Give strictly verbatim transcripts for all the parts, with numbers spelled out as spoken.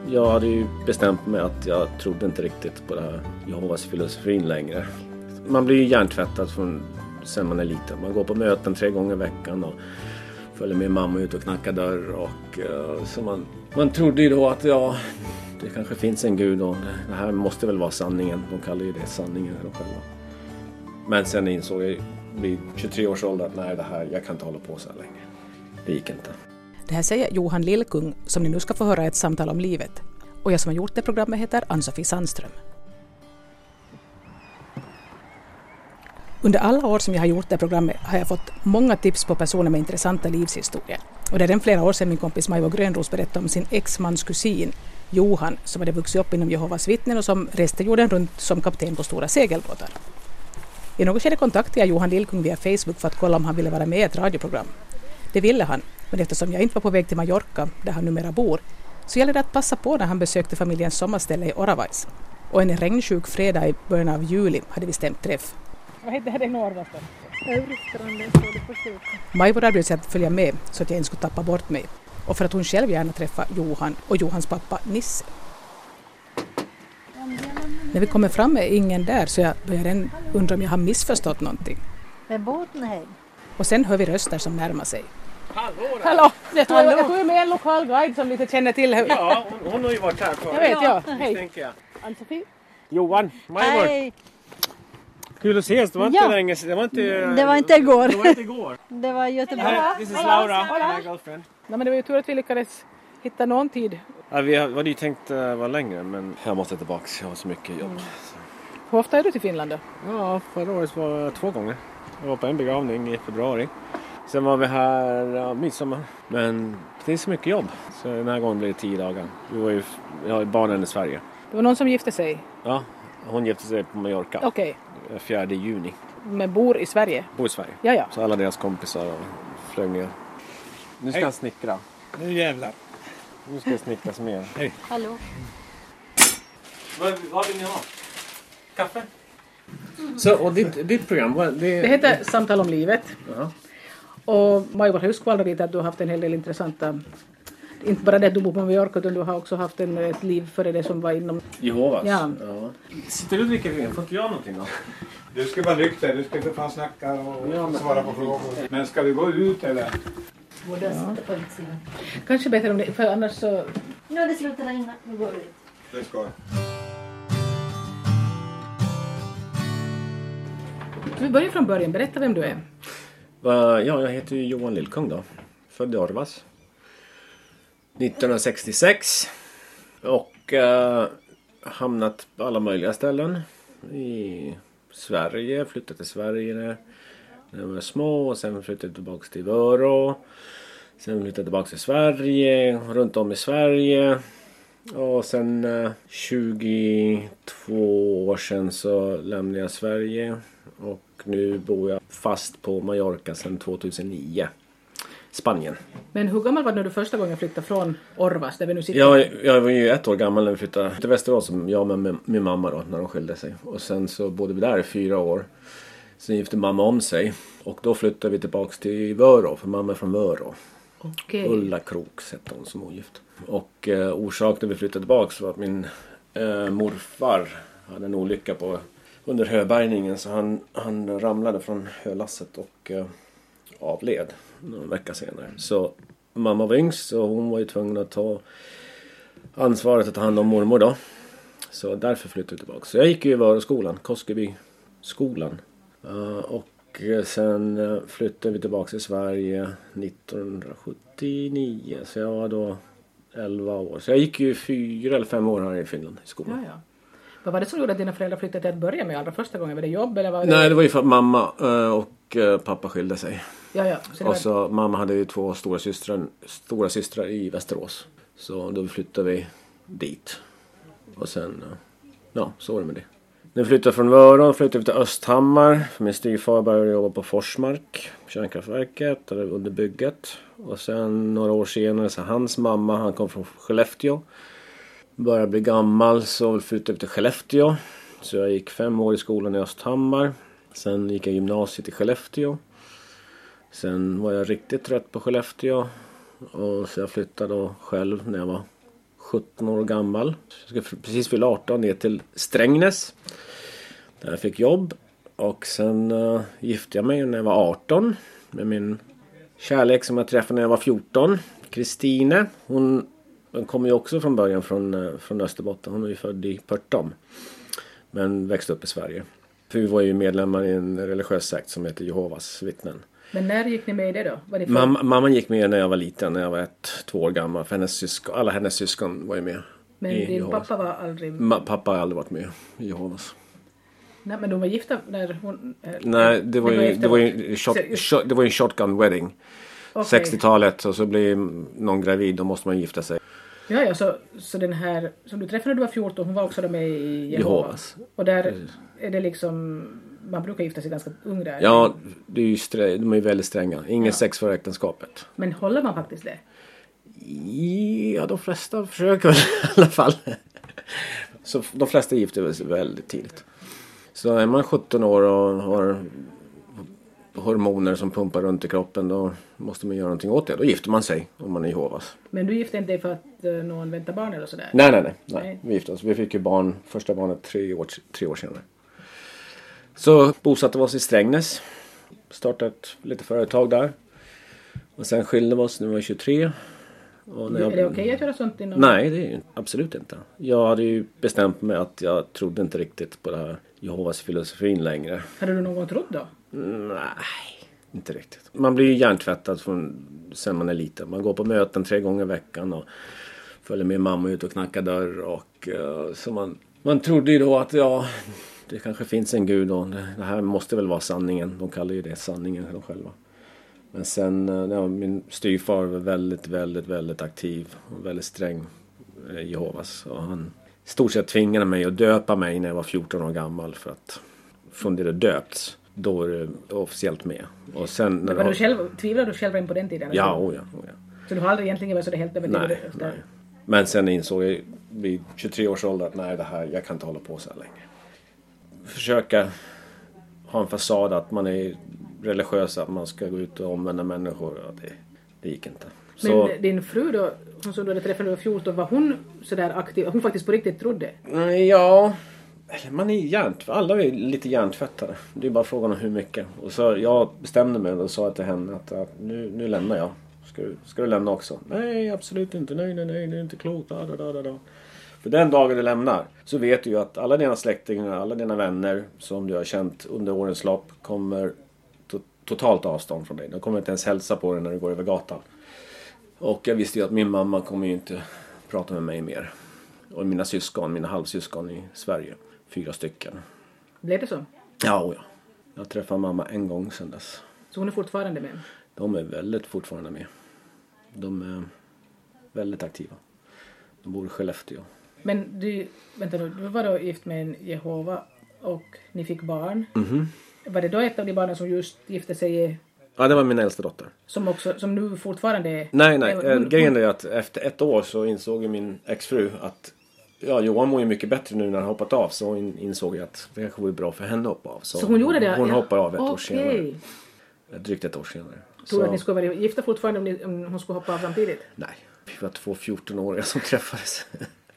Jag hade ju bestämt mig att jag trodde inte riktigt på det här Jehovas filosofin längre. Man blir ju hjärntvättad från sen man är liten. Man går på möten tre gånger i veckan och följer med mamma ut och knackar dörr. Och, uh, så man, man trodde ju då att ja, det kanske finns en gud och det här måste väl vara sanningen. De kallar ju det sanningen här själva. Men sen insåg jag vid tjugotre års ålder att nej, det här, jag kan inte hålla på så här länge. Det gick inte. Det här säger Johan Lillkung som ni nu ska få höra ett samtal om livet. Och jag som har gjort det programmet heter Ann-Sofie Sandström. Under alla år som jag har gjort det programmet har jag fått många tips på personer med intressanta livshistorier. Och det är den flera år sedan min kompis Majvo Grönros berättade om sin ex-mans kusin Johan som hade vuxit upp inom Jehovas vittnen och som reste jorden runt som kapten på stora segelbåtar. I något skede kontaktade jag Johan Lillkung via Facebook för att kolla om han ville vara med i ett radioprogram. Det ville han, men eftersom jag inte var på väg till Mallorca, där han numera bor, så gällde det att passa på när han besökte familjens sommarställe i Oravais. Och en regnsjuk fredag i början av juli hade vi stämt träff. Vad heter det här Oravais då? Överstranden står det på slutet. Majvor erbjöd sig att följa med så att jag inte skulle tappa bort mig. Och för att hon själv gärna träffa Johan och Johans pappa Nisse. När vi kommer fram är ingen där så jag börjar än undra om jag har missförstått någonting. Med båten här. Och sen hör vi röster som närmar sig. Hallå där. Hallå! Jag tror jag är med en lokal guide som lite känner till. Ja, hon, hon har ju varit här förut. Jag vet, ja. Hej. Hej. Ann-Sofie. Johan, Majvor. Nej, Kul att ses. Det var inte Ja. länge sedan. Det var inte, det var inte igår. det var inte igår. Det var Göteborg. Här, this is Laura, my girlfriend. Nej, men det var ju tur att vi lyckades hitta någon tid. Ja, vi hade ju tänkt uh, vara längre, men jag måste tillbaka. Jag har så mycket jobb. Mm. Hur ofta är du till Finland då? Ja, förra året var jag två gånger. Jag var på en begravning i februari. Sen var vi här ja, midsommar. Men det är så mycket jobb. Så den här gången blev det tio dagar. Vi var ju, jag har barnen i Sverige. Det var någon som gifte sig? Ja, hon gifte sig på Mallorca. Okej. Okay. fjärde juni. Men bor i Sverige? Bor i Sverige. Ja, ja. Så alla deras kompisar flög ner. Nu ska Hej. han snickra. Nu jävlar. Nu ska det snickras mer. Hej. Hallå. Vad, vad vill ni ha? Kaffe? Så, och ditt, ditt program? Vad, det... Det heter Samtal om livet. Ja. Och Majvor har ju skvallrat lite att du har haft en hel del intressanta... Inte bara det att du bor på Mallorca utan du har också haft en, ett liv före det som var inom... Jehovas? Ja. Ja. Sitter du och dricker vin? Får inte jag någonting då? Du ska vara nykter, du ska inte fan snacka och Ja, men- svara på frågor. Men ska du gå ut eller? Borde sitta på utsidan. Kanske bättre om det, för annars så... Nu har det slutat regna, nu går vi ut. Det ska jag. Vi börjar från början, berätta vem du är. Va, ja, jag heter ju Johan Lillkung då. Född i Orvas. nittonhundrasextiosex. Och eh, hamnat på alla möjliga ställen. I Sverige, flyttade till Sverige när jag var små. Och sen flyttade jag tillbaka till Vörå. Sen flyttade jag tillbaka till Sverige. Runt om i Sverige. Och sen eh, tjugotvå år sedan så lämnade jag Sverige. Och nu bor jag fast på Mallorca sedan tvåtusennio. Spanien. Men hur gammal var du när du första gången flyttade från Orvas där vi nu sitter? Jag, jag var ju ett år gammal när vi flyttade till Västerås. Jag med min, min mamma då, när de skilde sig. Och sen så bodde vi där i fyra år. Sen gifte mamma om sig. Och då flyttade vi tillbaka till Vörå, för mamma är från Vörå. Okej. Ulla Kroks hette hon som ogift. Och eh, orsaken vi flyttade tillbaka var att min eh, morfar hade en olycka på under höbärgningen. Så han, han ramlade från hölasset och eh, avled någon vecka senare. Så mamma var yngst och hon var ju tvungen att ta ansvaret att ta hand om mormor då. Så därför flyttade vi tillbaka. Så jag gick ju i Vörå-skolan, Koskeby skolan. Uh, och sen uh, flyttade vi tillbaka till Sverige nittonhundrasjuttionio. Så jag var då elva år. Så jag gick ju fyra eller fem år här i Finland i skolan. Ja, ja. Vad var det som gjorde att dina föräldrar flyttade till att börja med allra första gången? Var det jobb eller var det... Nej, det var ju för att mamma uh, och uh, pappa skilde sig. Ja, ja. Så det Och var... så mamma hade ju två stora systrar, stora systrar i Västerås. Så då flyttade vi dit. Och sen, uh, ja, så var det med det. När vi flyttade från Vörå flyttade vi till Östhammar. För min styvfar började jobba på Forsmark, kärnkraftverket, eller under bygget. Och sen några år senare så hans mamma, han kom från Skellefteå. Började bli gammal så flyttade vi till Skellefteå. Så jag gick fem år i skolan i Östhammar. Sen gick jag gymnasiet i Skellefteå. Sen var jag riktigt trött på Skellefteå. Och så jag flyttade då själv när jag var sjutton år gammal. Jag ska precis fylla arton ner till Strängnäs. Där jag fick jobb. Och sen uh, gifte jag mig när jag var arton. Med min kärlek som jag träffade när jag var fjorton. Kristine. Hon, hon kommer ju också från början från, uh, från Österbotten. Hon är ju född i Pörtom. Men växte upp i Sverige. För vi var ju medlemmar i en religiös sekt som heter Jehovas vittnen. Men när gick ni med i det då? Var det för... Mamma, mamma gick med när jag var liten, när jag var ett, två år gammal. För hennes syskon, alla hennes syskon var ju med. Men i din Jehovas. pappa var aldrig... Ma, pappa har aldrig varit med i Jehovas. Nej, men de var gifta när hon... Äh, Nej, det var, ju, det, var ju shot, Så- shot, det var ju en shotgun wedding. Okej. sextiotalet, och så blir någon gravid, då måste man gifta sig. Ja, ja, så, så den här som du träffade när du var fjorton, hon var också med i Jehovas. Jehovas. Och där Precis. är det liksom... Man brukar gifta sig ganska ung där. Ja, det är ju strä, de är ju väldigt stränga. Ingen Ja. sex för äktenskapet. Men håller man faktiskt det? Ja, de flesta försöker väl i alla fall. Så de flesta gifter sig väldigt tidigt. Så är man sjutton år och har hormoner som pumpar runt i kroppen, då måste man göra någonting åt det. Då gifter man sig om man är Jehovas. Men du gifte inte dig för att uh, någon väntar barn eller sådär? Nej, nej, nej, nej. Nej. Vi gifte oss. Vi fick ju barn, första barnet tre år, tre år senare. Så bosatte vi oss i Strängnäs. Startade ett litet företag där. Och sen skilde vi oss när vi var tjugotre. Och när jag... Är det okej att göra sånt inom... Nej, det är ju absolut inte. Jag hade ju bestämt mig att jag trodde inte riktigt på det här Jehovas filosofin längre. Hade du någon gång trott då? Nej, inte riktigt. Man blir ju hjärntvättad från sen man är liten. Man går på möten tre gånger i veckan och följer med mamma ut och knackar dörr. Och, uh, så man, man trodde ju då att ja, det kanske finns en gud och det, det här måste väl vara sanningen. De kallar ju det sanningen de själva. Men sen, ja, min styvfar var väldigt, väldigt, väldigt aktiv och väldigt sträng eh, Jehovas. Och han i stort sett tvingade mig att döpa mig när jag var fjorton år gammal, för att från det det döpts, då är det officiellt med. Och sen när Men det du själv, tvivlar du själv in på den tiden? Ja, oh ja, oh ja. Så du har aldrig egentligen varit så det helt övertygad? Nej, nej. Men sen insåg jag vid tjugotre års ålder att nej, det här, jag kan inte hålla på så här länge. Försöka ha en fasad att man är religiös, att man ska gå ut och omvända människor. Ja, det, det gick inte. Men Så, din fru då, hon som du hade träffat när du var fjorton, var hon sådär aktiv? Hon faktiskt på riktigt trodde? mm, ja, eller man är hjärnt, alla är lite hjärntvättade. Det är bara frågan om hur mycket. Och så jag bestämde mig och sa till henne att, att nu, nu lämnar jag. Ska du, ska du lämna också? Nej, absolut inte. Nej, nej, nej, det är inte klokt. Da, da, da, da. För den dagen du lämnar så vet du ju att alla dina släktingar, alla dina vänner som du har känt under årens lopp kommer to- totalt avstånd från dig. De kommer inte ens hälsa på dig när du går över gatan. Och jag visste ju att min mamma kommer ju inte prata med mig mer. Och mina syskon, mina halvsyskon i Sverige. Fyra stycken. Blev det så? Ja, och ja. Jag träffade mamma en gång sedan dess. Så hon är fortfarande med? De är väldigt fortfarande med. De är väldigt aktiva. De bor i Skellefteå. Men du, vänta nu, du var då gift med en Jehova och ni fick barn. Mhm. Var det då ett av de barnen som just gifte sig, Ja, det var min äldsta dotter. som, också, som nu fortfarande är... Nej, nej. Hon- Eh, hon- Grejen är att efter ett år så insåg ju min exfru att ja, Johan mår ju mycket bättre nu när han hoppat av. Så hon insåg ju att det kanske vore bra för henne att hoppa av. Så, Så hon gjorde det? Hon Ja. hoppade av ett år Okej. senare. Drygt ett år senare. Tror du att Så, ni skulle vara gifta fortfarande om, ni, om hon skulle hoppa av samtidigt? nej, vi var två fjorton-åringar som träffades.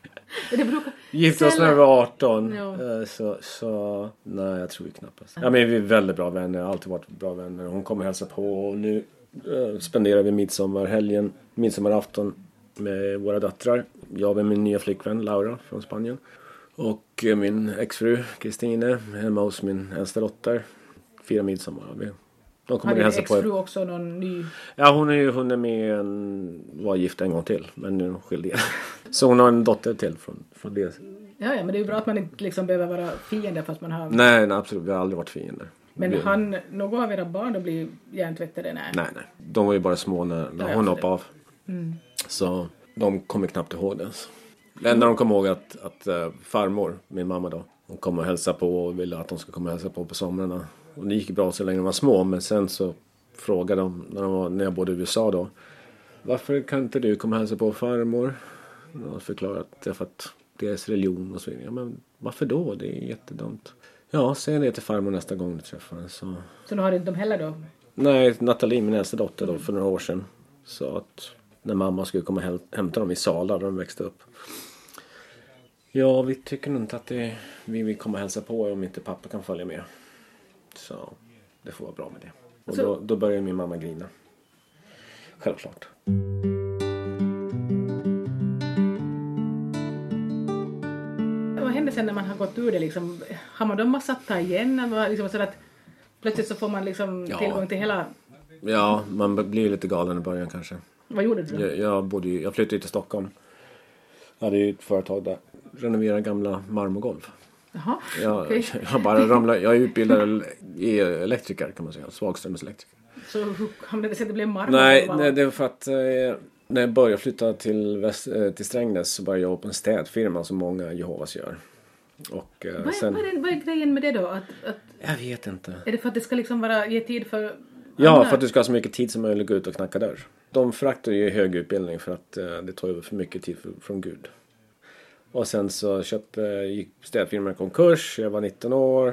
Det brukar... Gifte oss när Sällan- vi var arton. Ja. Eh, Så, så nej, jag tror ju knappast. Ja, men vi är väldigt bra vänner. Har alltid varit bra vänner. Hon kommer hälsa på. Och nu eh, spenderar vi midsommarhelgen, midsommarafton med våra döttrar. Jag med min nya flickvän Laura från Spanien. Och eh, min exfru Kristine hemma hos min äldsta dotter. Fyra midsommar. Vi, de Har kommer din hälsa på. exfru också någon ny... Ja, hon är ju hon är med en, var gift en gång till. Men nu skilde jag. Så hon har en dotter till från, från det. Ja, ja, men det är ju bra att man inte liksom behöver vara fiender fast man har... Nej, nej, absolut. Vi har aldrig varit fiender. Men vi, han, några av era barn då blir hjärntvättade? Nej. Nej, nej. De var ju bara små när, när Ja, hon ja, hoppade av. Mm. Så de kommer knappt ihåg det ens. Det enda de kommer ihåg att, att uh, farmor, min mamma då, hon kom och hälsa på och ville att de skulle komma och hälsa på på somrarna. Och det gick bra så länge de var små. Men sen så frågade de, när, de var, när jag bodde i U S A då, varför kan inte du komma och hälsa på farmor? Och jag förklarade att det är för att deras religion och så vidare. Ja, men varför då? Det är jättedumt. Ja, säg det till farmor nästa gång du träffar henne. Så... Så nu har inte de heller då? Nej, Nathalie, min äldsta dotter då, för några år sedan, sa att när mamma skulle komma och häl- hämta dem i Sala där de växte upp. Ja, vi tycker nog inte att det, vi vill komma och hälsa på om inte pappa kan följa med. Så det får vara bra med det. Och Så- då, då börjar min mamma grina. Självklart. Vad händer sen när man har gått ur det? Liksom, har man då massa att ta igen? Eller liksom så att plötsligt så får man liksom Ja. tillgång till hela... Ja, man blir lite galen i början kanske. Vad gjorde du då? Jag, jag, bodde ju, jag flyttade ju till Stockholm. Jag hade ju ett företag där. Renoverade gamla marmorgolv. Jaha, Jag, okej. jag bara ramlade. Jag är utbildad i elektriker kan man säga. Svagströmselektriker. Så hur hamnade det sig att det blev marmor? Nej, Vad- nej, det var för att eh, när jag började flytta till, väst, eh, till Strängnäs så började jag jobba på en städfirma som många Jehovas gör. Och eh, Vad är, sen... vad, är, vad är grejen med det då? Att, att, Jag vet inte. är det för att det ska liksom vara, ge tid för... Ja, andra? för att du ska ha så mycket tid som möjligt gå ut och knacka dörr. De föraktar ju hög utbildning för att eh, det tar över för mycket tid för, från Gud. Och sen så köpte, gick städfirman i konkurs. Jag var nitton år.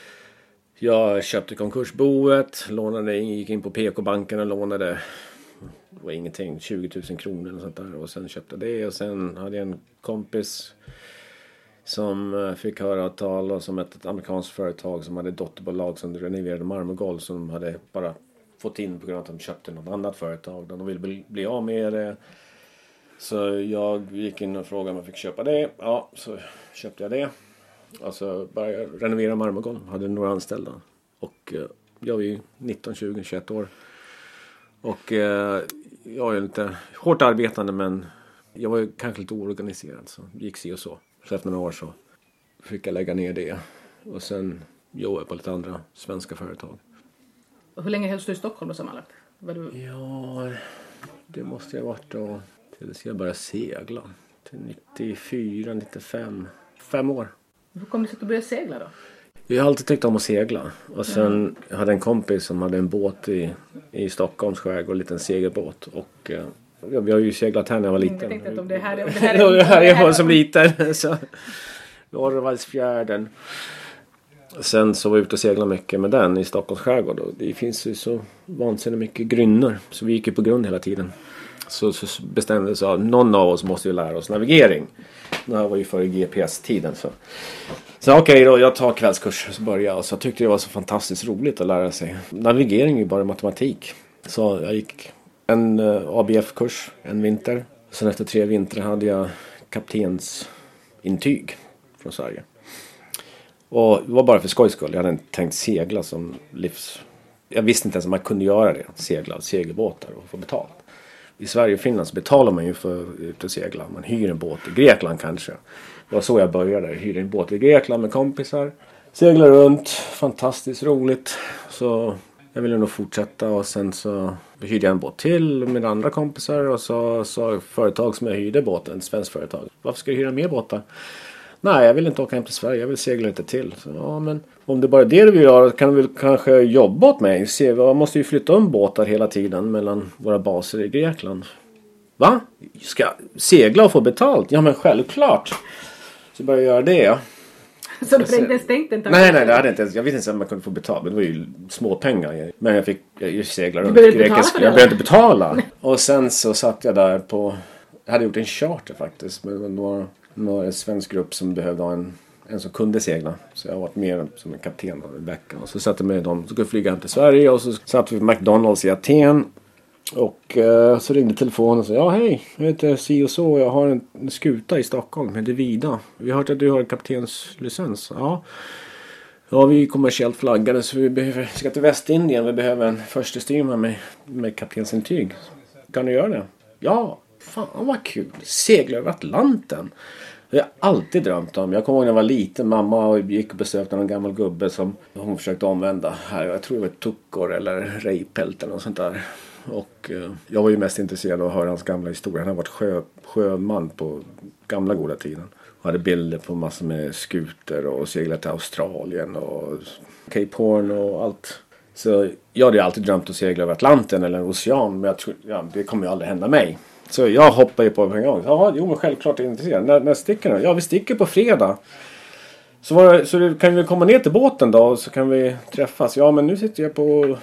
Jag köpte konkursboet. Lånade, gick in på P K-banken och lånade. Det var ingenting. tjugo tusen kronor och sånt där. Och sen köpte det. Och sen hade jag en kompis som eh, fick höra talas om ett, ett amerikanskt företag som hade dotterbolag som renoverade marmorgolv som de hade bara fått in på grund av att de köpte något annat företag. De ville bli, bli av med det. Så jag gick in och frågade om jag fick köpa det. Ja, så köpte jag det. Alltså började renovera marmorgolv. Hade några anställda. Och eh, jag var ju nitton, tjugo, tjugoett år. Och eh, jag är lite hårt arbetande men jag var ju kanske lite oorganiserad. Så det gick sig och så. Så efter några år så fick jag lägga ner det. Och sen jobbade jag på lite andra svenska företag. Hur länge hölls du i Stockholm då sammanlagt? Var du... Ja, det måste jag ha varit då tills jag började segla. Till nittiofyra, nittiofem. Fem år. Hur kom det sig att du började segla då? Jag har alltid tyckt om att segla. Och sen jag hade en kompis som hade en båt i, i Stockholms skärgård. En liten segelbåt. Och eh, vi har ju seglat här när jag var liten. Jag tänkte att om det här är... Om det Det här är, var det här jag var som är- liten. Så, Norrvalsfjärden. Sen så var jag ute och seglade mycket med den i Stockholms skärgård. Och det finns ju så vansinnigt mycket grynnor. Så vi gick ju på grund hela tiden. Så, så bestämde sig att någon av oss måste ju lära oss navigering. Det här var ju före G P S-tiden. Så, så okej okay då, jag tar kvällskurs. Så började jag. Och så tyckte jag det var så fantastiskt roligt att lära sig. Navigering är ju bara matematik. Så jag gick en uh, A B F-kurs en vinter. Sen efter tre vintrar hade jag kaptensintyg från Sverige. Och det var bara för skojs skull. Jag hade inte tänkt segla som livs... Jag visste inte ens om man kunde göra det. Segla segelbåtar och få betalt. I Sverige och Finland så betalar man ju för ut och segla. Man hyr en båt i Grekland kanske. Det var så jag började. Jag hyrde en båt i Grekland med kompisar. Seglar runt. Fantastiskt roligt. Så jag ville nog fortsätta. Och sen så hyrde jag en båt till med andra kompisar. Och så sa företag som jag hyrde båten, ett svenskt företag. Varför ska du hyra mer båtar? Nej, jag vill inte åka hem till Sverige. Jag vill segla lite till. Så, ja, men om det bara är det du vill göra kan du väl kanske jobba åt mig. Se, jag måste ju flytta om båtar hela tiden mellan våra baser i Grekland. Va? Ska jag segla och få betalt? Ja, men självklart. Så började jag göra det. Så du hade inte ens tänkt en tanke? Nej, nej, det hade inte ens. Jag visste inte om man kunde få betalt. Men det var ju små pengar. Men jag fick jag segla runt. behövde inte betala Grekisk- för det, Jag eller? behövde inte betala. Och sen så satt jag där på... Jag hade gjort en charter faktiskt. Men det var, det var en svensk grupp som behövde ha en, en som kunde segla. Så jag har varit med som en kapten en vecka. Och så satt jag med dem. Så skulle jag flyga hem till Sverige. Och så satt vi på McDonalds i Aten. Och eh, så ringde telefonen och sa, ja hej, jag heter si och så, jag har en, en skuta i Stockholm, men det är Vida. Vi har hört att du har en kaptenslicens. Ja, ja vi är kommersiellt flaggade så vi behöver, ska till Västindien, vi behöver en första styrman med, med kaptensintyg. Kan du göra det? Ja, fan vad kul, segla över Atlanten. Det har jag alltid drömt om. Jag kommer ihåg när jag var liten. Mamma gick och besökte en gammal gubbe som hon försökte omvända. Här, jag tror det var tuckor eller rejpält eller något sånt där. Och eh, jag var ju mest intresserad av att höra hans gamla historia. Han har varit sjö, sjöman på gamla goda tiden. Och hade bilder på massor med skuter och seglat till Australien och Cape Horn och allt. Så jag hade alltid drömt att segla över Atlanten eller en ocean. Men jag tror, ja, det kommer ju aldrig hända mig. Så jag hoppar ju på en gång. Ja, jo men självklart är jag intresserad. När, när sticker du? Ja, vi sticker på fredag. Så, var det, så kan vi komma ner till båten då och så kan vi träffas. Ja, men nu sitter jag på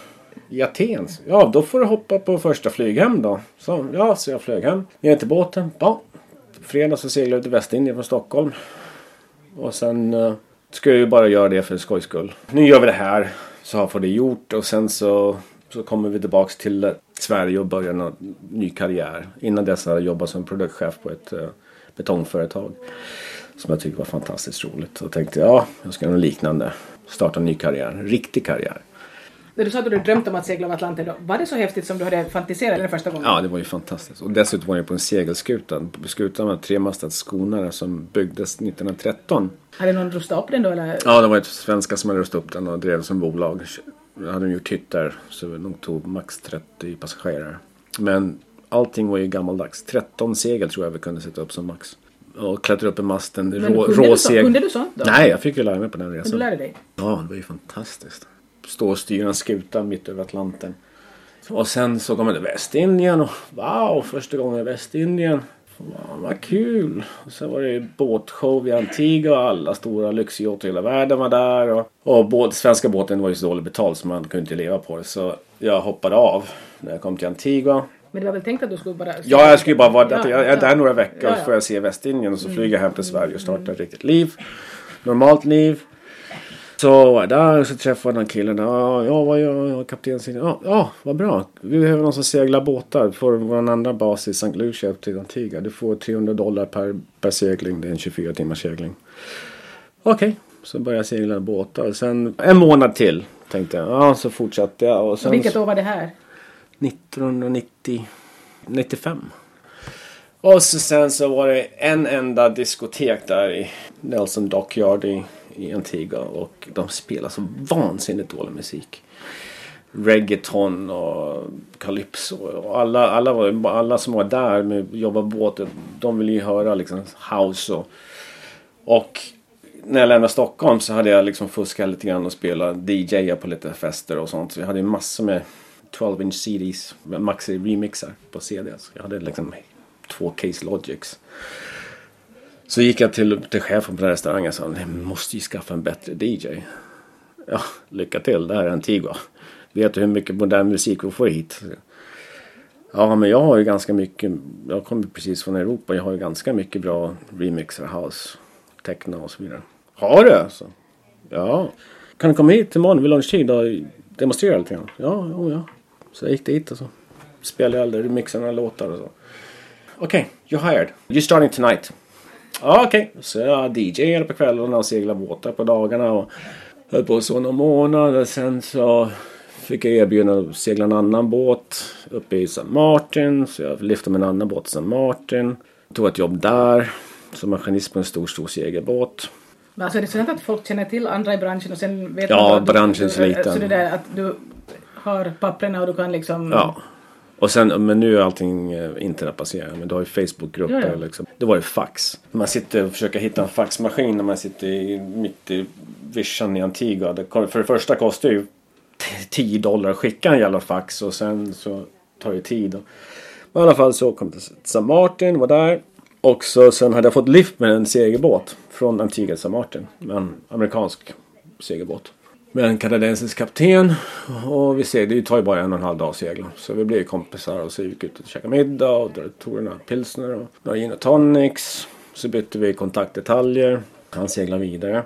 i Aten. Ja, då får du hoppa på första flyghem då. Så, ja, så jag flög hem. Ner till båten. Ja, fredag så seglade jag till Västindien från Stockholm. Och sen uh, ska jag ju bara göra det för skojs skull. Nu gör vi det här. Så har vi det gjort. Och sen så, så kommer vi tillbaka till uh, Sverige och börjar en ny karriär. Innan dess hade jag jobbat som produktchef på ett uh, betongföretag. Som jag tyckte var fantastiskt roligt. Och tänkte, ja, jag ska göra något liknande. Starta en ny karriär. Riktig karriär. När du sa att du drömt om att segla av Atlanten då, var det så häftigt som du hade fantiserat den första gången? Ja, det var ju fantastiskt. Och dessutom var jag på en segelskuta. Skutan var tremastad skonare som byggdes nittonhundratretton. Hade någon rustat upp den då? Eller? Ja, det var ett svenska som hade rustat upp den och drev som bolag. Jag hade gjort hytter så det nog tog max trettio passagerare. Men allting var ju gammaldags. tretton segel tror jag vi kunde sätta upp som max. Och klättra upp i masten. Men rå, kunde, du så, segel. kunde du sånt då? Nej, jag fick ju lära mig på den resan. Men du lärde dig? Ja, det var ju fantastiskt. Stå och styra en skuta mitt över Atlanten. Och sen så kom jag till Västindien och wow, första gången i Västindien. Wow, vad kul. Och sen var det båtshow i Antigua och alla stora lyxyachter i hela världen var där. Och, och båt, svenska båten var ju så dåligt betalt så man kunde inte leva på det. Så jag hoppade av när jag kom till Antigua. Men det var väl tänkt att du skulle bara... Ja, jag skulle bara vara där. Ja, jag är där ja. några veckor Ja, ja. så får jag se Västindien och så flyger jag hem till Sverige och startar ett riktigt liv. Normalt liv. Så var jag där och så träffade den killen. Ja, ja vad gör jag? Kapten säger, ja, ja, vad bra. Vi behöver någon som seglar båtar. För vår andra bas i Sankt Lucia till Antigua. Du får trehundra dollar per, per segling. Det är en tjugofyra timmars segling. Okej, okay. Så började jag segla båtar. Sen en månad till tänkte jag. Ja, så fortsatte jag. Och sen, vilket år var det här? nittonhundranittio, nittiofem. Och så sen så var det en enda diskotek där i Nelson Dockyard i, i Antigua. Och de spelar så vansinnigt dålig musik. Reggaeton och calypso. Och alla, alla, var, alla som var där med jobba båten, de ville ju höra liksom house. Och, och när jag lämnade Stockholm så hade jag liksom fuskat lite grann och spelat D J på lite fester och sånt. Så jag hade ju massor med tolv inch C Ds, maxi remixar på C D. Så jag hade liksom två Case Logics. Så gick jag till, till chefen på den restaurangen och sa, jag måste ju skaffa en bättre D J. Ja, lycka till, det här är Antigua. Vet du hur mycket modern musik vi får hit? Ja, men jag har ju ganska mycket, jag kommer precis från Europa, jag har ju ganska mycket bra remixer, house, techno och så vidare. Har du? Så. Ja. Kan du komma hit imorgon vid lunchtid och demonstrera lite grann? Ja, ja, ja. Så jag gick dit och så spelade jag alla remixarna och låtar och så. Okej, okay, you're hired. You're starting tonight. Ja, okej. Okay. Så jag D J:ade på kvällarna och seglade båtar på dagarna och höll på så några månader. Sen så fick jag erbjuda att segla en annan båt uppe i Saint Martin. Så jag lyfte med en annan båt i Saint Martin. Tog ett jobb där som maskinist på en stor, stor segelbåt. Men alltså är det så att folk känner till andra i branschen och sen vet ja, att branschen du, så liten. Så det där att du har papperna och du kan liksom... Ja. Och sen, men nu är allting internetbaserat. Men du har ju Facebookgrupper. Ja, ja. Liksom. Det var ju fax. Man sitter och försöker hitta en faxmaskin när man sitter i, mitt i vischan i Antigua. Det, för det första kostar ju tio dollar att skicka en jävla fax. Och sen så tar det tid. Och, men i alla fall så kom jag till Saint Martin, var där. Och så, sen hade jag fått lift med en segelbåt från Antigua till Saint Martin. Med en amerikansk segelbåt. Med en kanadensisk kapten. Och vi ser, det tar ju bara en och en halv dag segla. Så vi blev kompisar och så gick ut och käkade middag. Och tog några pilsner och några gin och tonics. Så bytte vi kontaktdetaljer. Han seglade vidare.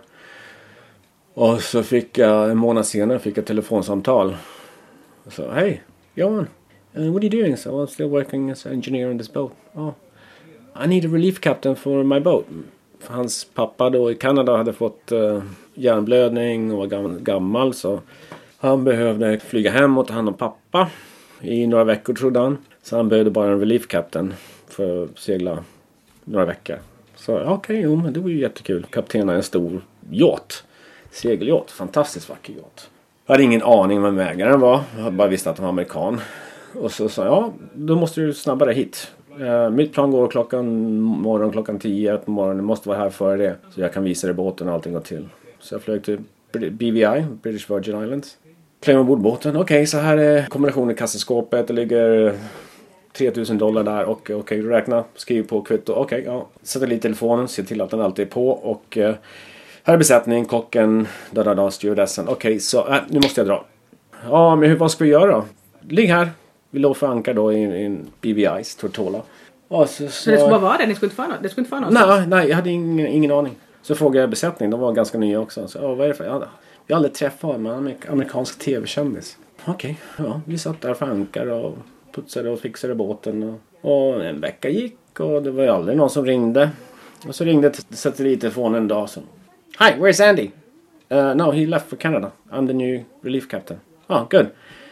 Och så fick jag, en månad senare fick jag ett telefonsamtal. Och så, hej, Johan. Uh, what are you doing? So I'm still working as an engineer on this boat. Oh, I need a relief captain for my boat. För hans pappa då i Kanada hade fått uh, hjärnblödning och var gammal. Så han behövde flyga hem och ta hand om pappa i några veckor trodde han. Så han behövde bara en relief captain för att segla några veckor. Så okej, okay, jo, men det var ju jättekul. Kaptenen är en stor yacht. Segelyacht, fantastiskt vacker yacht. Jag hade ingen aning vem ägaren var. Jag hade bara visst att han var amerikan. Och så sa jag, ja, då måste du snabbare hit. Uh, mitt plan går klockan morgon klockan tio på morgonen. Jag måste vara här före det. Så jag kan visa dig båten och allting går till. Så jag flög till B V I, British Virgin Islands. Klev ombord båten. Okej, okay, så här är kombinationen i kassaskåpet. Det ligger tre tusen dollar där. Och okej, okay, räkna. Skriv på kvitto. Okej, okay, ja. Sätter lite i telefonen. Se till att den alltid är på. Och uh, här är besättning. Kocken. Da, da, da, stewardessen. Okej, okay, så uh, nu måste jag dra. Ja, men hur, vad ska vi göra då? Ligg här. Vi låg för ankar då i, i en B B I's, Tortola. Och så, så... Så det skulle bara vara det? Ni skulle inte få något? Det skulle inte få något? Nej, nej, jag hade ingen, ingen aning. Så frågade jag besättningen, de var ganska nya också. Så, vad är det för? Jag, jag har aldrig träffat en amerik- amerikansk tv-kändis. Okej, okay, ja, vi satt där för ankar och putsade och fixade båten. Och, och en vecka gick och det var ju aldrig någon som ringde. Och så ringde satellittelefonen en dag. Så, Hi, where's Andy? Uh, no, he left for Canada. I'm the new relief captain. Oh, good.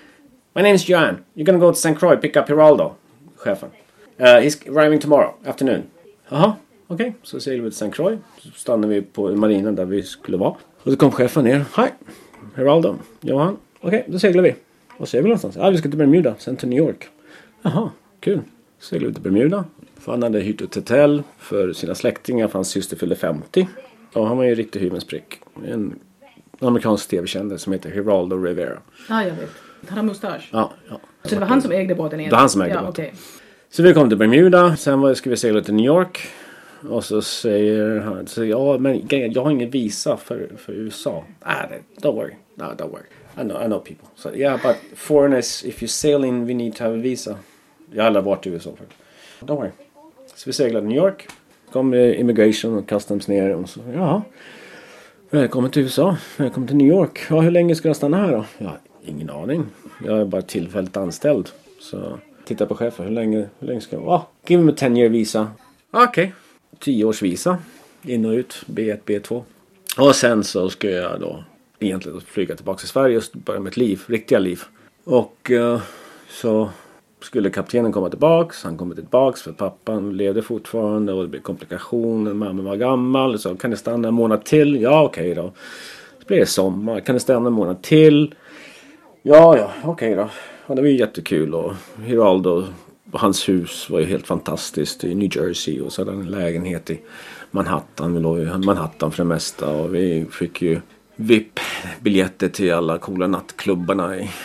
My name's Joanne. You're gonna go to Saint Croix, pick up Geraldo. Chefen. Uh, he's arriving tomorrow afternoon. Jaha, okej. Okay. Så seglade vi till Saint Croix. Så stannade vi på marinen där vi skulle vara. Och så kom chefen ner. Hi, Geraldo. Johan. Okej, okay, då seglar vi. Och så är vi någonstans. Ja, ah, vi ska till Bermuda, sen till New York. Jaha, kul. Så seglade vi till Bermuda. För han hade hyrt ett hotell för sina släktingar. För hans syster fyllde femtio. Och han var ju en riktig hyvensprick. En amerikansk tv-kändis som heter Geraldo Rivera. Ja, jag vet. Han har mustasch. Ja, ja. Så det var han som ägde båten igen? Det var han som ägde ja, båten. Okay. Så vi kom till Bermuda. Sen var, skulle vi segla till New York. Och så säger han. Så, ja, men jag har ingen visa för, för U S A. Ah, don't worry. No, don't worry. I know, I know people. So, yeah, but foreigners, if you sail in, we need to have a visa. Jag har aldrig varit i U S A för. Don't worry. Så vi seglade till New York. Kom immigration och customs ner. Och så, ja. Välkommen till U S A. Välkommen till New York. Ja, hur länge ska jag stanna här då? Ja, ingen aning. Jag är bara tillfälligt anställd. Så titta på chefen. Hur länge, hur länge ska jag... Ah, give me a ten year visa. Okej. Okay. tio års visa. In och ut. B ett, B två. Och sen så ska jag då egentligen flyga tillbaka till Sverige och börja med ett liv. Riktiga liv. Och uh, så skulle kaptenen komma tillbaks. Han kommer tillbaks för pappan levde fortfarande. Och det blev komplikationer. Mamma var gammal. Så kan det stanna en månad till? Ja, okej okay då. Så blir det sommar. Kan det stanna en månad till? Ja, ja, okej okay då. Ja, det var ju jättekul. Och Geraldo och hans hus var ju helt fantastiskt i New Jersey. Och så hade han en lägenhet i Manhattan. Vi låg i Manhattan för det mesta. Och vi fick ju V I P-biljetter till alla coola nattklubbarna. I,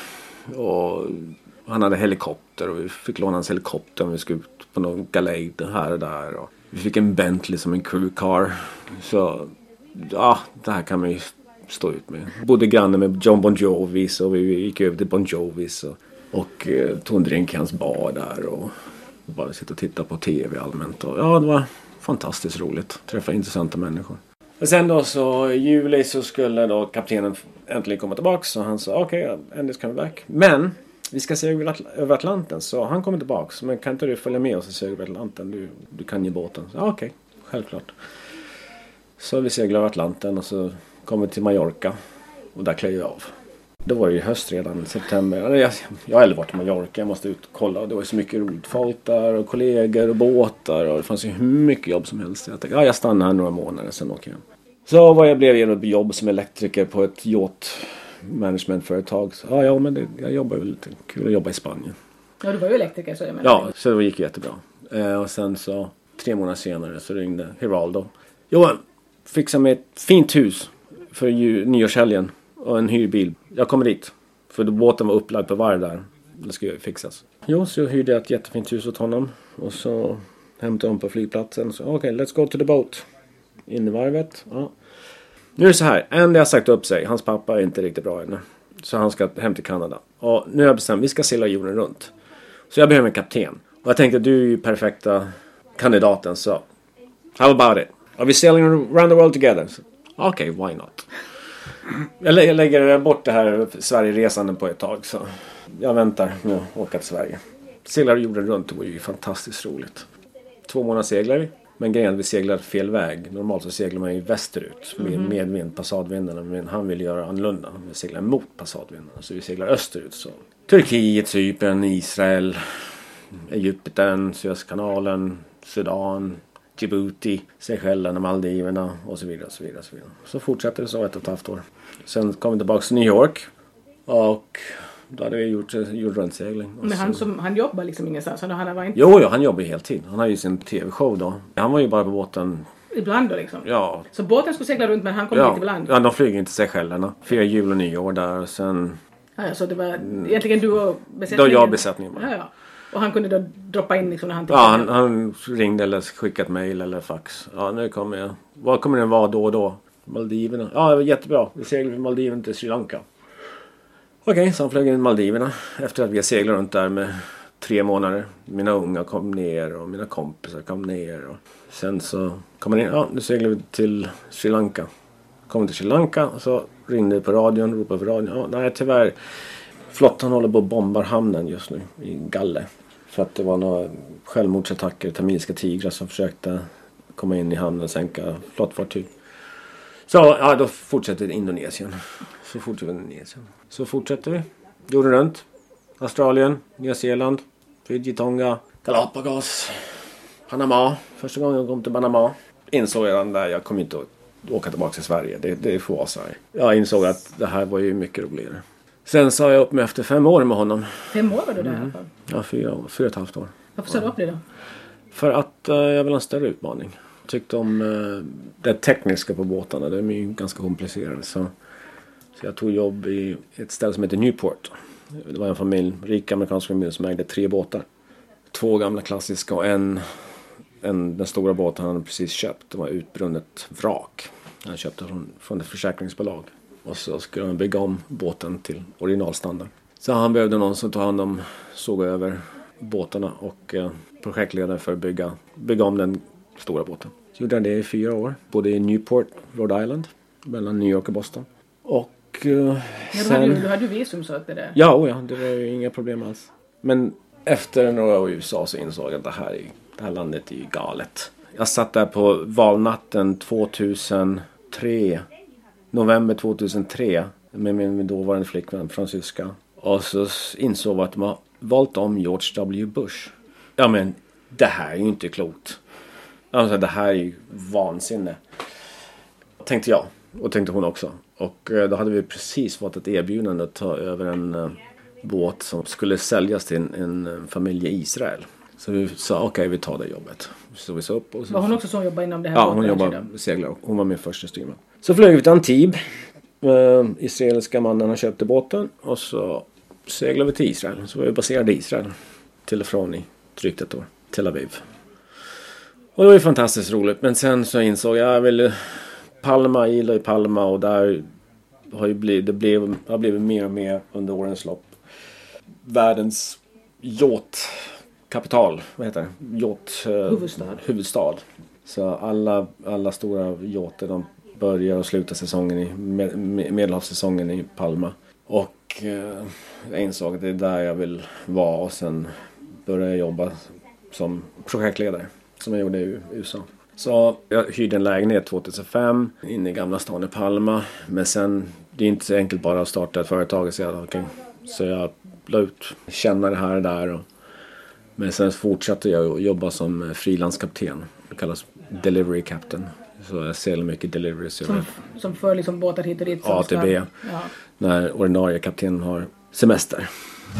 och han hade helikopter. Och vi fick låna hans helikopter om vi skulle ut på någon galej här och där. Och vi fick en Bentley som en crew car. Så ja, det här kan man ju stå ut med. Bodde granne med John Bon Jovis och vi gick över till Bon Jovis och, och eh, tog en drink i hans bar där och bara sitta och titta på tv allmänt. Och, ja, det var fantastiskt roligt. Träffa intressanta människor. Och sen då så i juli så skulle då kaptenen äntligen komma tillbaka så han sa okej, okay, Andy's coming back. Men vi ska se över Atlanten så han kommer tillbaka. Men kan inte du följa med oss och se över Atlanten? Du, du kan ju båten. Ja, okej, okay, självklart. Så vi seglar över Atlanten och så kommer vi till Mallorca. Och där klär jag av. Då var det ju höst redan, september. Jag, jag har aldrig varit i Mallorca, jag måste ut och kolla. Det var ju så mycket roligt folk där och kollegor och båtar. Och det fanns ju hur mycket jobb som helst. Jag tänkte, ja, jag stannar här några månader, sen åker jag. Så vad jag blev genom jobb som elektriker på ett yacht managementföretag. Så, ja, ja, men det, jag jobbar ju lite kul att jobba i Spanien. Ja, du var ju elektriker så jag menar. Ja, så det gick jättebra. Eh, och sen så, tre månader senare så ringde Geraldo. Johan, fixa mig ett fint hus för ju, nyårshelgen och en hyrbil. Jag kommer dit. För båten var upplagd på varv där. Det ska ju fixas. Jo, så hyrde jag ett jättefint hus åt honom. Och så hämtade honom på flygplatsen. Så okej, okay, let's go to the boat. In i varvet. Ja. Nu är det så här. Andy har sagt upp sig. Hans pappa är inte riktigt bra ännu. Så han ska hem till Kanada. Och nu har jag bestämt. Vi ska segla jorden runt. Så jag behöver en kapten. Och jag tänkte du är ju perfekta kandidaten. Så how about it? Are we sailing around the world together? Okej, okay, why not? Jag, jag lägger bort det här Sverige-resanden på ett tag. Så jag väntar med att åka till Sverige. Seglar jorden runt. Det var ju fantastiskt roligt. Två månader seglar vi. Men grejen är att vi seglar fel väg. Normalt så seglar man ju västerut. Med mm-hmm. medvind, passadvindarna. Men han vill göra annorlunda. Vi seglar mot passadvindarna. Så vi seglar österut. Så Turkiet, Cypern, Israel, Egypten, Suezkanalen, Sudan, Djibouti, Seychellerna, Maldiverna och så vidare, och så vidare, och så vidare. Så fortsatte det så ett och ett halvt år. Sen kom vi tillbaka till New York. Och då hade vi gjort jordrundsegling. Men han, som, han jobbar liksom ingenstans? Han, han var inte... Jo, jo, han jobbar ju heltid. Han har ju sin tv-show då. Han var ju bara på båten... Ibland då liksom? Ja. Så båten skulle segla runt men han kom ja. hit ibland? Ja, de flyger inte Seychellerna. Fyra jul och nyår där. Sen... Ja, så det var egentligen du och besättningen? Då jag besättningen bara. Ja, ja. Och han kunde då droppa in liksom när han... Ja, han, han ringde eller skickade mejl eller fax. Ja, nu kommer jag. Vad kommer den vara då och då? Maldiverna. Ja, det var jättebra. Vi seglar från Maldiverna till Sri Lanka. Okej, okay, så han flög in i Maldiverna efter att vi seglade runt där med tre månader. Mina unga kom ner och mina kompisar kom ner. Och sen så kom man in, ja nu seglar vi till Sri Lanka. Kom till Sri Lanka och så ringde vi på radion, ropade på radion. Ja, nej tyvärr, flottan håller på att bomba hamnen just nu i Galle. För att det var några självmordsattacker, tamilska tigrar som försökte komma in i hamnen och sänka flottfartyg. Så ja, då fortsätter vi Indonesien. Så fortsätter vi Indonesien. Så fortsätter vi. Jorden runt. Australien, Nya Zeeland, Fiji, Tonga, Galapagos, Panama. Första gången jag kom till Panama insåg jag den där, jag kommer inte att åka tillbaka till Sverige. Det, det är för oss här. Jag insåg att det här var ju mycket roligare. Sen sa jag upp mig efter fem år med honom. Fem år var du där mm. i alla fall? Ja, fyra, fyra och ett halvt år. Varför sa du upp det då? För att uh, jag vill ha en större utmaning. Jag tyckte om uh, det tekniska på båtarna. Det är ju ganska komplicerat. Så, så jag tog jobb i ett ställe som heter Newport. Det var en familj, rik amerikansk familj som ägde tre båtar. Två gamla klassiska och en, en den stora båten han hade precis köpt. Det var utbrunnet vrak. Han köpte från, från ett försäkringsbolag. Och så skulle han bygga om båten till originalstandard. Så han behövde någon som tog hand om, såg över båtarna och eh, projektledare för att bygga, bygga om den stora båten. Så gjorde han det i fyra år. Både i Newport, Rhode Island, mellan New York och Boston. Och uh, ja, du, sen... hade ju, du hade ju visum så att det där. Ja, oh ja, det var ju inga problem alls. Men efter några år i U S A så insåg jag att det här, är, det här landet är ju galet. Jag satt där på valnatten tvåtusentre, november tvåtusentre, med min dåvarande flickvän, fransyska. Och så insåg jag att man valt om George W. Bush. Ja men, det här är ju inte klokt. Alltså, det här är ju vansinne. Tänkte jag. Och tänkte hon också. Och då hade vi precis fått ett erbjudande att ta över en uh, båt som skulle säljas till en, en familj i Israel. Så vi sa, okej okay, vi tar det jobbet. Så vi sa upp. Och så... Var hon också som jobbade inom det här? Ja, hon jobbade seglare. Hon var min första styrman. Så flög vi till Antibes. Uh, israeliska mannen köpte båten. Och så seglade vi till Israel. Så var vi baserade i Israel. Till och från i drygt ett år. Tel Aviv. Och det var ju fantastiskt roligt. Men sen så insåg jag, jag ville... Palma, gillar i Palma och där har ju blivit, det blev, har blivit mer och mer under årens lopp. Världens yachtkapital, vad heter det? Yacht, eh, huvudstad. huvudstad. Så alla, alla stora yachter de börjar och slutar säsongen i med, medelhavssäsongen i Palma. Och eh, jag insåg att det är där jag vill vara och sen började jag jobba som projektledare som jag gjorde i U S A. Så jag hyrde en lägenhet tjugohundrafem inne i gamla stan i Palma. Men sen, det är inte så enkelt bara att starta ett företag. Så jag, okay. så jag la ut, känna det här och där. Och, men sen fortsatte jag jobba som frilanskapten. Det kallas delivery captain. Så jag säljer mycket deliveries. Som, som för liksom båtar hit och dit. A T B. Ja. När ordinarie kapten har semester.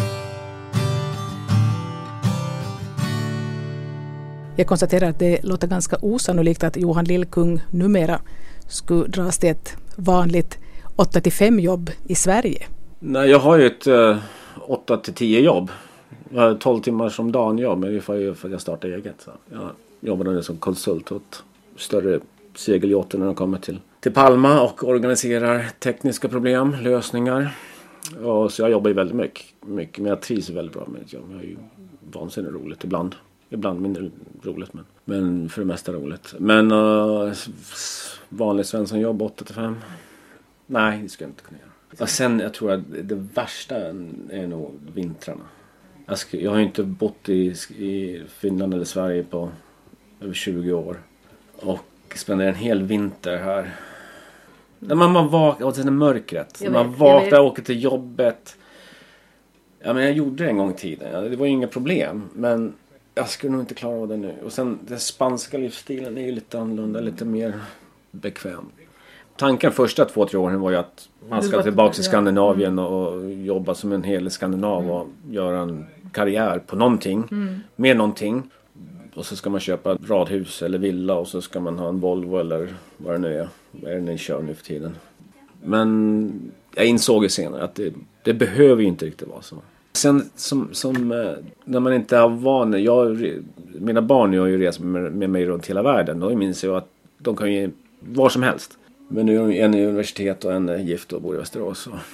Jag konstaterar att det låter ganska osannolikt att Johan Lillkung numera skulle dras till ett vanligt åtta till fem jobb i Sverige. Nej, jag har ju ett uh, åtta till tio jobb. Jag har tolv timmar som dagen jobb, men det är ju för att jag startar eget. Så jag jobbar som konsult åt större segelyachter när de kommer till, till Palma och organiserar tekniska problem, lösningar. Och så jag jobbar ju väldigt mycket, mycket, men jag trivs väldigt bra med det. Jag har ju vansinnigt roligt ibland. Ibland mindre roligt, men, men för det mesta roligt. Men uh, vanlig Svensson-jobb åtta till fem? Nej, det ska jag inte kunna göra. Och sen, jag tror att det värsta är nog vintrarna. Jag, ska, jag har ju inte bott i, i Finland eller Sverige på över tjugo år. Och spenderar en hel vinter här. När man, man vaknar, och sen är mörkret. Vet, man vaknar och åker till jobbet. Ja, men jag gjorde det en gång i tiden. Det var ju inga problem, men... Jag skulle nog inte klara av det nu. Och sen den spanska livsstilen är ju lite annorlunda, lite mer bekväm. Tanken första två, tre åren var ju att man ska tillbaka till Skandinavien och jobba som en hel skandinav och göra en karriär på någonting. Mm. Med någonting. Och så ska man köpa ett radhus eller villa och så ska man ha en Volvo eller vad det nu är. Vad är det ni kör nu för tiden? Men jag insåg ju senare att det, det behöver ju inte riktigt vara så. Sen som, som när man inte är van, jag, mina barn jag har ju rest med, med mig runt hela världen. Då minns jag att de kan ju var som helst. Men nu är en i universitet och en är gift och bor i Västerås. Så.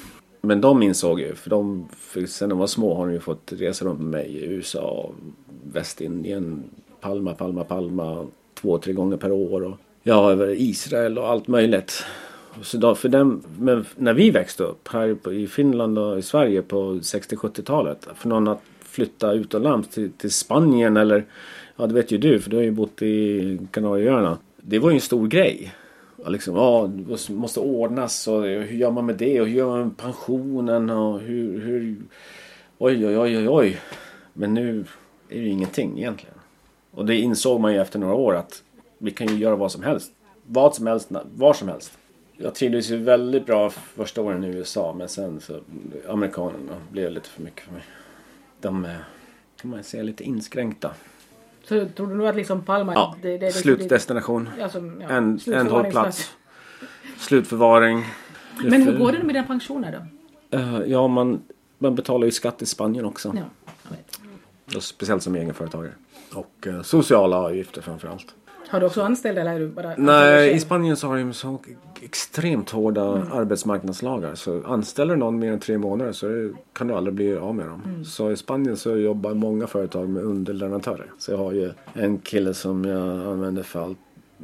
Men de insåg ju, för de, för sen de var små har de ju fått resa runt med mig i U S A, Västindien, Palma, Palma, Palma, två, tre gånger per år. Och, ja, över Israel och allt möjligt. Så då, för dem, men när vi växte upp här på, i Finland och i Sverige på sextio-sjuttiotalet, för någon att flytta utomlands till, till Spanien eller, ja det vet ju du för du har ju bott i Kanarieöarna. Det var ju en stor grej. Ja, liksom, ja, det måste ordnas och hur gör man med det och hur gör man med pensionen och hur, hur oj oj oj oj oj. Men nu är det ju ingenting egentligen. Och det insåg man ju efter några år att vi kan ju göra vad som helst. Vad som helst, var som helst. Jag trivdes ju väldigt bra första åren i U S A men sen så amerikanerna blev lite för mycket för mig. De är, kan man säga, lite inskränkta. Så tror du nu att liksom Palma... Ja, det, det, det, slutdestination. Det, alltså, ja, en en hållplats. Slutförvaring. Men hur går det med dina pensioner då? Uh, ja, man, man betalar ju skatt i Spanien också. Ja, jag vet. Och speciellt som egenföretagare. Och uh, sociala avgifter framförallt. Har du också anställd eller är du bara... Nej, i Spanien så har de så extremt hårda mm. arbetsmarknadslagar. Så anställer någon mer än tre månader så det, kan du aldrig bli av med dem. Mm. Så i Spanien så jobbar många företag med underleverantörer. Så jag har ju en kille som jag använder för allt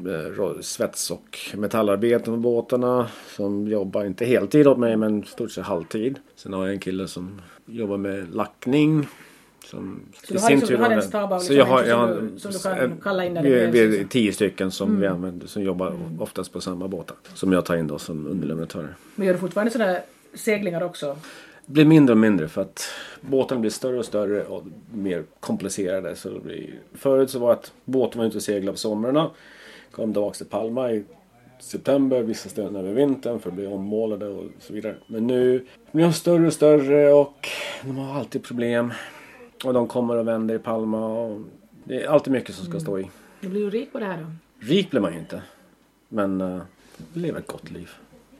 eh, svets- och metallarbeten på båtarna. Som jobbar inte heltid åt mig men stort sett halvtid. Sen har jag en kille som jobbar med lackning. Som så du har, liksom, du har en stab av liksom jag har, jag, som, du, som du kan kalla in när det behövs? Vi är tio stycken som mm. vi använder som jobbar mm. oftast på samma båtar. Som jag tar in då som underleverantörer. Men gör du fortfarande sådana seglingar också? Det blir mindre och mindre för att båten blir större och större och mer komplicerade. Så det blir... Förut så var att båten var ute och seglade på somrarna. Kom tillbaka till Palma i september, vissa ställen över vintern för att bli ommålade och så vidare. Men nu blir de större och större och de har alltid problem. Och de kommer och vänder i Palma och det är alltid mycket som ska mm. stå i. Du blir ju rik på det här då? Rik blir man ju inte. Men uh, vi lever ett gott liv.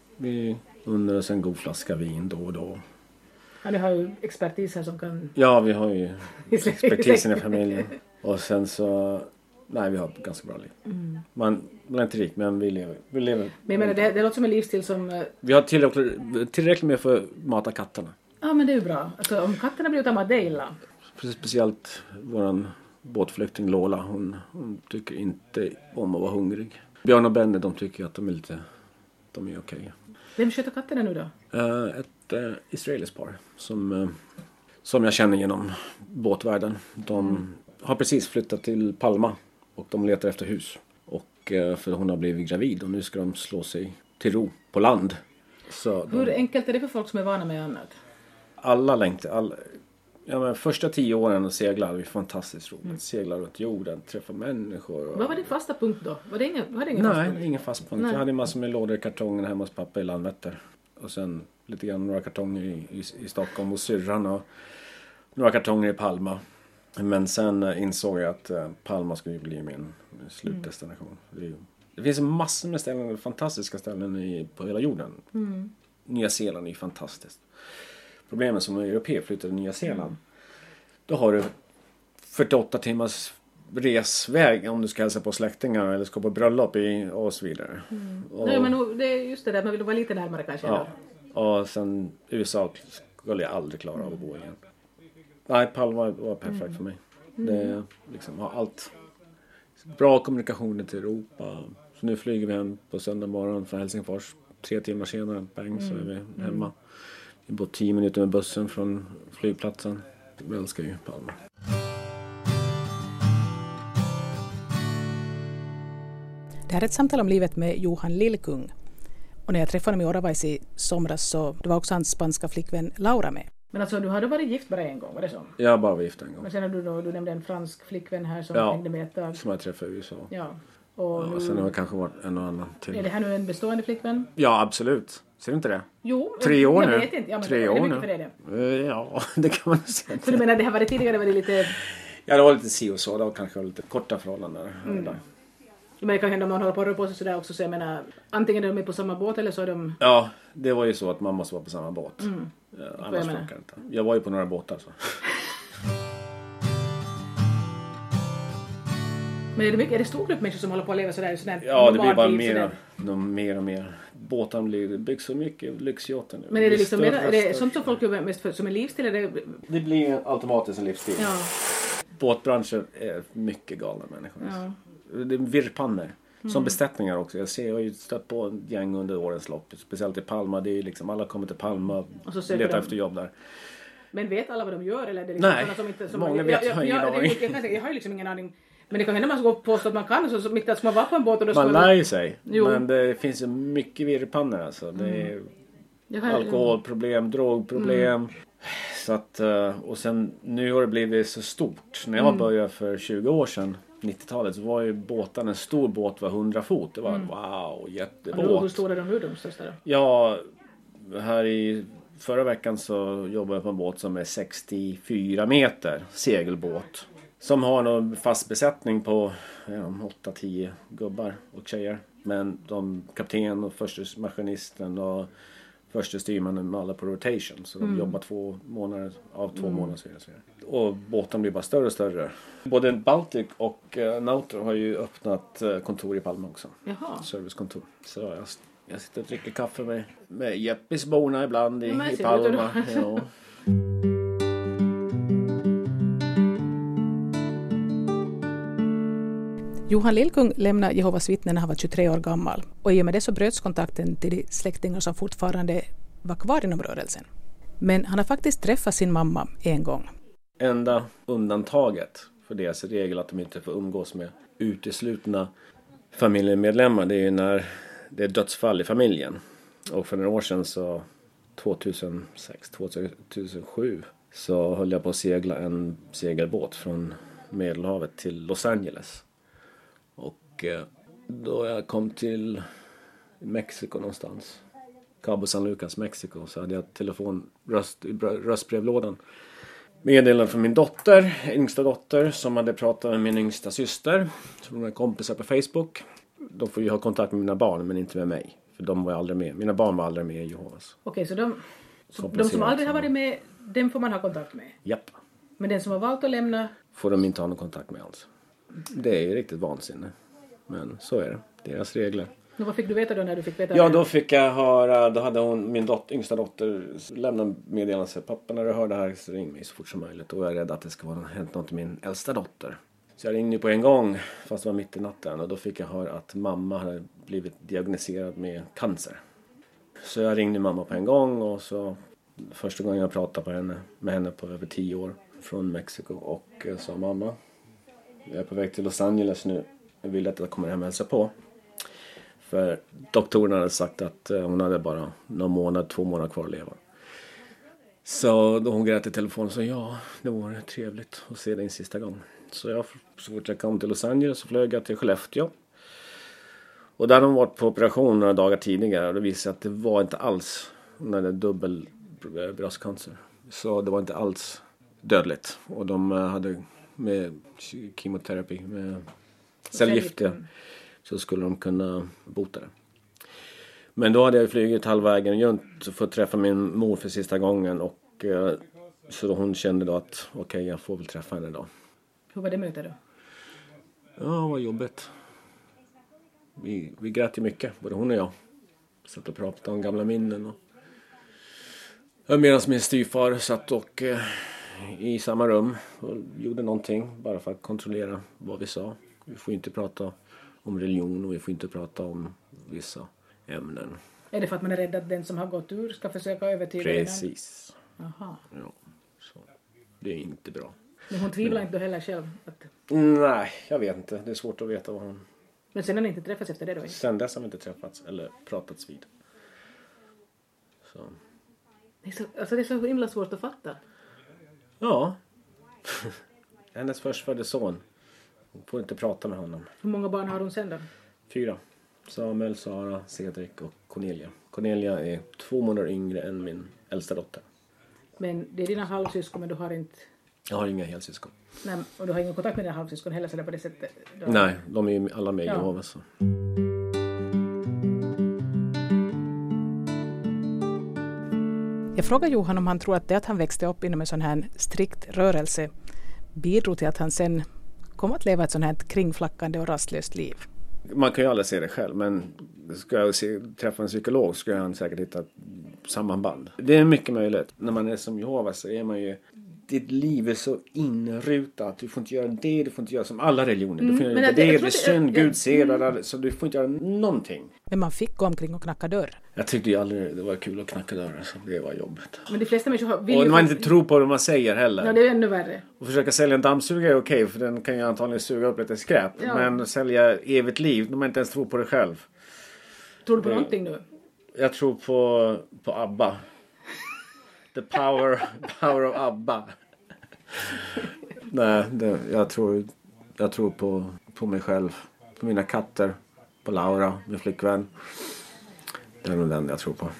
Vi undrar oss en god flaska vin då och då. Ja, ni har ju expertis här som kan... Ja, vi har ju expertisen i familjen. Och sen så... Nej, vi har ett ganska bra liv. Mm. Man, man är inte rik, men vi lever. Vi lever. Men jag menar, det, det låter som en livsstil som... Vi har tillräckligt, tillräckligt med för att mata katterna. Ja, men det är ju bra. Alltså, om katterna blir utan mat, det är illa. Speciellt våran båtflykting Lola. Hon, hon tycker inte om att vara hungrig. Björn och Benny, de tycker att de är lite... De är okej. Okay. Vem sköter katterna nu då? Uh, ett uh, israeliskt par. Som, uh, som jag känner genom båtvärlden. De mm. har precis flyttat till Palma. Och de letar efter hus. Och uh, för hon har blivit gravid. Och nu ska de slå sig till ro på land. Så Hur de, enkelt är det för folk som är vana med annat? Alla längtar... Alla, ja, men första tio åren att segla var fantastiskt roligt. Mm. Segla runt jorden, träffa människor. Och... Vad var din fasta punkt då? Var det ingen, var det ingen Nej, fast punkt? ingen fast punkt. Nej. Jag hade massor med lådor i kartongen hemma hos pappa i Landvetter. Och sen lite grann några kartonger i, i, i Stockholm hos syrran och några kartonger i Palma. Men sen uh, insåg jag att uh, Palma skulle bli min, min slutdestination. Mm. Det, det finns massor med ställen, fantastiska ställen i, på hela jorden. Mm. Nya Zeeland är ju fantastiskt. Problemet som europé flyttar till Nya Zeeland. Mm. Då har du fyrtioåtta timmars resväg om du ska hälsa på släktingar eller ska på bröllop i, och så vidare. Mm. Och, Nej, men det är just det där, man vill vara lite närmare kanske. Ja. Och sen U S A skulle jag aldrig klara av att bo igen. Nej, Palma var perfekt mm. för mig. Det liksom har allt. Bra kommunikationer till Europa. Så nu flyger vi hem på söndag morgon från Helsingfors. Tre timmar senare, bang, så är vi hemma. Mm. Vi bor tio minuter med bussen från flygplatsen. Vi älskar ju Palma. Det här är ett samtal om livet med Johan Lillkung. Och när jag träffade honom i Oravais i somras så det var också hans spanska flickvän Laura med. Men alltså du hade varit gift bara en gång, var det så? Jag bara var gift en gång. Men sen du då, du nämnde en fransk flickvän här som ja, hängde med ett tag. som jag träffade i U S A. Ja. Och, ja, nu, och sen har det kanske varit en och annan till. Är det här nu en bestående flickvän? Ja, absolut. Ser du inte det? Jo, Tre år jag nu. vet inte. Ja, men Tre är år det mycket nu. för det, det? Ja, det kan man säga. Så du menar det har varit tidigare var det lite... Ja, det var lite si och så. Det var kanske lite korta förhållanden. Mm. Men det kan hända om man håller på att röra på sig sådär också. Så jag menar, antingen är de med på samma båt eller så är de... Ja, det var ju så att man måste vara på samma båt. Mm. Ja, annars funkar det inte. Jag var ju på några båtar så. Men är det, mycket, är det stor grupp människor som håller på att leva sådär? sådär Ja, det blir bara liv, mer, sådär? de, mer och mer. Båten blir, det byggs så mycket lyxyachter nu. Men är det liksom större, mer, är det större. sånt som folk jobbar mest för, som en livsstil? Är det, Det blir automatiskt en livsstil. ja, Båtbranschen är mycket galna människor. ja. Det är virrpannor. Som Mm. besättningar också. Jag ser, jag har ju stött på en gäng under årens lopp. Speciellt i Palma. Det är liksom, alla kommer till Palma Och så och söker letar de- efter jobb där. Men vet alla vad de gör? Eller är det liksom Nej, sådana som inte, som många vet, jag, har jag, ingen jag, aning. jag, jag, jag har ju liksom ingen aning. Men det kan hända att man ska gå och påstå att man kan. Så, så mitt att ska man vara på en båt och då ska Man man... lär ju sig. Jo. Men det finns ju mycket virrpannor alltså. Det är Jag har- alkoholproblem, drogproblem. Mm. Så att, eh, och sen nu har det blivit så stort. När jag Mm. började för tjugo år sedan, nittiotalet, så var ju båten, en stor båt var hundra fot. Det var Mm. wow, Och då, hur jättebåt. stora är de nu, de största då? Ja, här i förra veckan så jobbade jag på en båt som är sextiofyra meter, segelbåt. Som har någon fast besättning på ja, åtta tio gubbar och tjejer. Men de kapten och första maskinisten och första styrmannen med alla på rotation. Så de jobbar två månader av två månader. Så vidare, så vidare. Och båten blir bara större och större. Både Baltic och uh, Nautor har ju öppnat uh, kontor i Palma också. Jaha. Servicekontor. Så jag, jag sitter och dricker kaffe med, med Jeppis-borna ibland i, Ja, men i ser Palma. du då? Ja. Johan Lillkung lämnade Jehovas vittnen när han var tjugotre år gammal. Och i och med det så bröts kontakten till de släktingar som fortfarande var kvar inom rörelsen. Men han har faktiskt träffat sin mamma en gång. Enda undantaget för deras regel att de inte får umgås med uteslutna familjemedlemmar, det är ju när det är dödsfall i familjen. Och för några år sedan så tjugohundrasex tjugohundrasju så höll jag på att segla en segelbåt från Medelhavet till Los Angeles. Och eh, då jag kom till Mexiko någonstans, Cabo San Lucas, Mexiko, så hade jag telefon röst, i brö- röstbrevlådan. Meddelande från min dotter, yngsta dotter, som hade pratat med min yngsta syster, som är kompisar på Facebook. De får ju ha kontakt med mina barn, men inte med mig. För de var aldrig med. Mina barn var aldrig med i Jehovas. Okej, så de, så de Komplicerat, som aldrig har så. varit med, dem får man ha kontakt med. Japp. Men den som har valt att lämna, Får de inte ha någon kontakt med alls. Det är ju riktigt vansinne. Men så är det. Deras regler. nu, vad fick du veta då när du fick veta Ja, det? då fick jag höra, då hade hon, min dot, yngsta dotter lämnat meddelande sig. Pappa, när du hör det här så ring mig så fort som möjligt. Och jag är rädd att det ska vara hänt något till min äldsta dotter. Så jag ringde på en gång, fast det var mitt i natten. Och då fick jag höra att mamma hade blivit diagnostiserad med cancer. Så jag ringde mamma på en gång och så första gången jag pratade på henne, med henne på över tio år från Mexiko. Och eh, sa mamma, jag är på väg till Los Angeles nu. Jag vill att jag kommer hem och hälsa på. För doktorerna hade sagt att eh, hon hade bara någon månad, två månader kvar att leva. Så då hon grät i telefon och sa ja, det var trevligt att se dig en sista gång. Så jag, så fort jag kom till Los Angeles så flög jag till Skellefteå. Och där hade hon varit på operation några dagar tidigare. Och det visade sig att det var inte alls, hon hade dubbel bröstcancer. Så det var inte alls dödligt. Och de eh, hade med kemoterapi, med cellgift, ja, så skulle de kunna bota det. Men då hade jag flugit halvvägen runt för att träffa min mor för sista gången. Och eh, så då hon kände då att okej, okay, jag får väl träffa henne då. Hur var det mötet då? Ja, vad jobbigt. Vi, vi grät ju mycket, både hon och jag. Satt och pratade om gamla minnen. Och medan min styvfar satt och eh, i samma rum och gjorde någonting bara för att kontrollera vad vi sa. Vi får inte prata om religion och vi får inte prata om vissa ämnen. Är det för att man är rädd att den som har gått ur ska försöka övertyga den? Precis. Aha. Ja, så. Det är inte bra. Men hon tvivlar inte heller själv? Att... Nej, jag vet inte. Det är svårt att veta vad hon... Men sen har ni inte träffats efter det då? Sen dess har vi inte träffats eller pratats vid. Så. Det är så, alltså det är så himla svårt att fatta. Ja. Hennes förstfödde son. Hon får inte prata med honom. Hur många barn har hon sen då? Fyra. Samuel, Sara, Cedric och Cornelia. Cornelia är två månader yngre än min äldsta dotter. Men det är dina halvsyskon, men du har inte... Jag har inga helsyskon. Nej, och du har ingen kontakt med dina halvsyskon heller, så det är på det sättet? Då... Nej, de är ju alla med i Ja. Jehovas. Så. Jag frågade Johan om han tror att det att han växte upp inom en sån här strikt rörelse bidrog till att han sen kom att leva ett sånt här kringflackande och rastlöst liv? Man kan ju aldrig se det själv, men ska jag se, träffa en psykolog ska han säkert hitta sammanband. Det är mycket möjligt. När man är som Jehova så är man ju, ditt liv är så inrutat. Du får inte göra det, du får inte göra som alla religioner. Du får Mm, inte men det, jag- jag det är tror synd, det- jag- Gud ser det, så du får inte göra någonting. Men man fick gå omkring och knacka dörr. Jag tyckte ju aldrig det var kul att knacka dörrar, så det var jobbigt. Men de flesta människor vill Och ju när man faktiskt- inte tror på vad man säger heller. Ja, det är ännu värre. Och försöka sälja en dammsugare är okej, för den kan ju antagligen suga upp lite skräp. Ja. Men sälja evigt liv, när man inte ens tror på det själv. Tror du på Det- någonting nu? Jag tror på, på ABBA. The power, power of ABBA. Nej, det, jag tror, jag tror på, på mig själv. På mina katter. På Laura, min flickvän. Det är nog den jag tror på.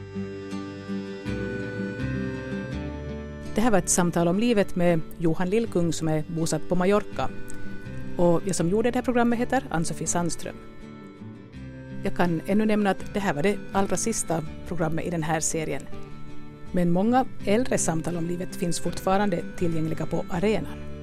Det här var ett samtal om livet med Johan Lillkung som är bosatt på Mallorca. Och jag som gjorde det här programmet heter Ann-Sofie Sandström. Jag kan ännu nämna att det här var det allra sista programmet i den här serien. Men många äldre samtal om livet finns fortfarande tillgängliga på arenan.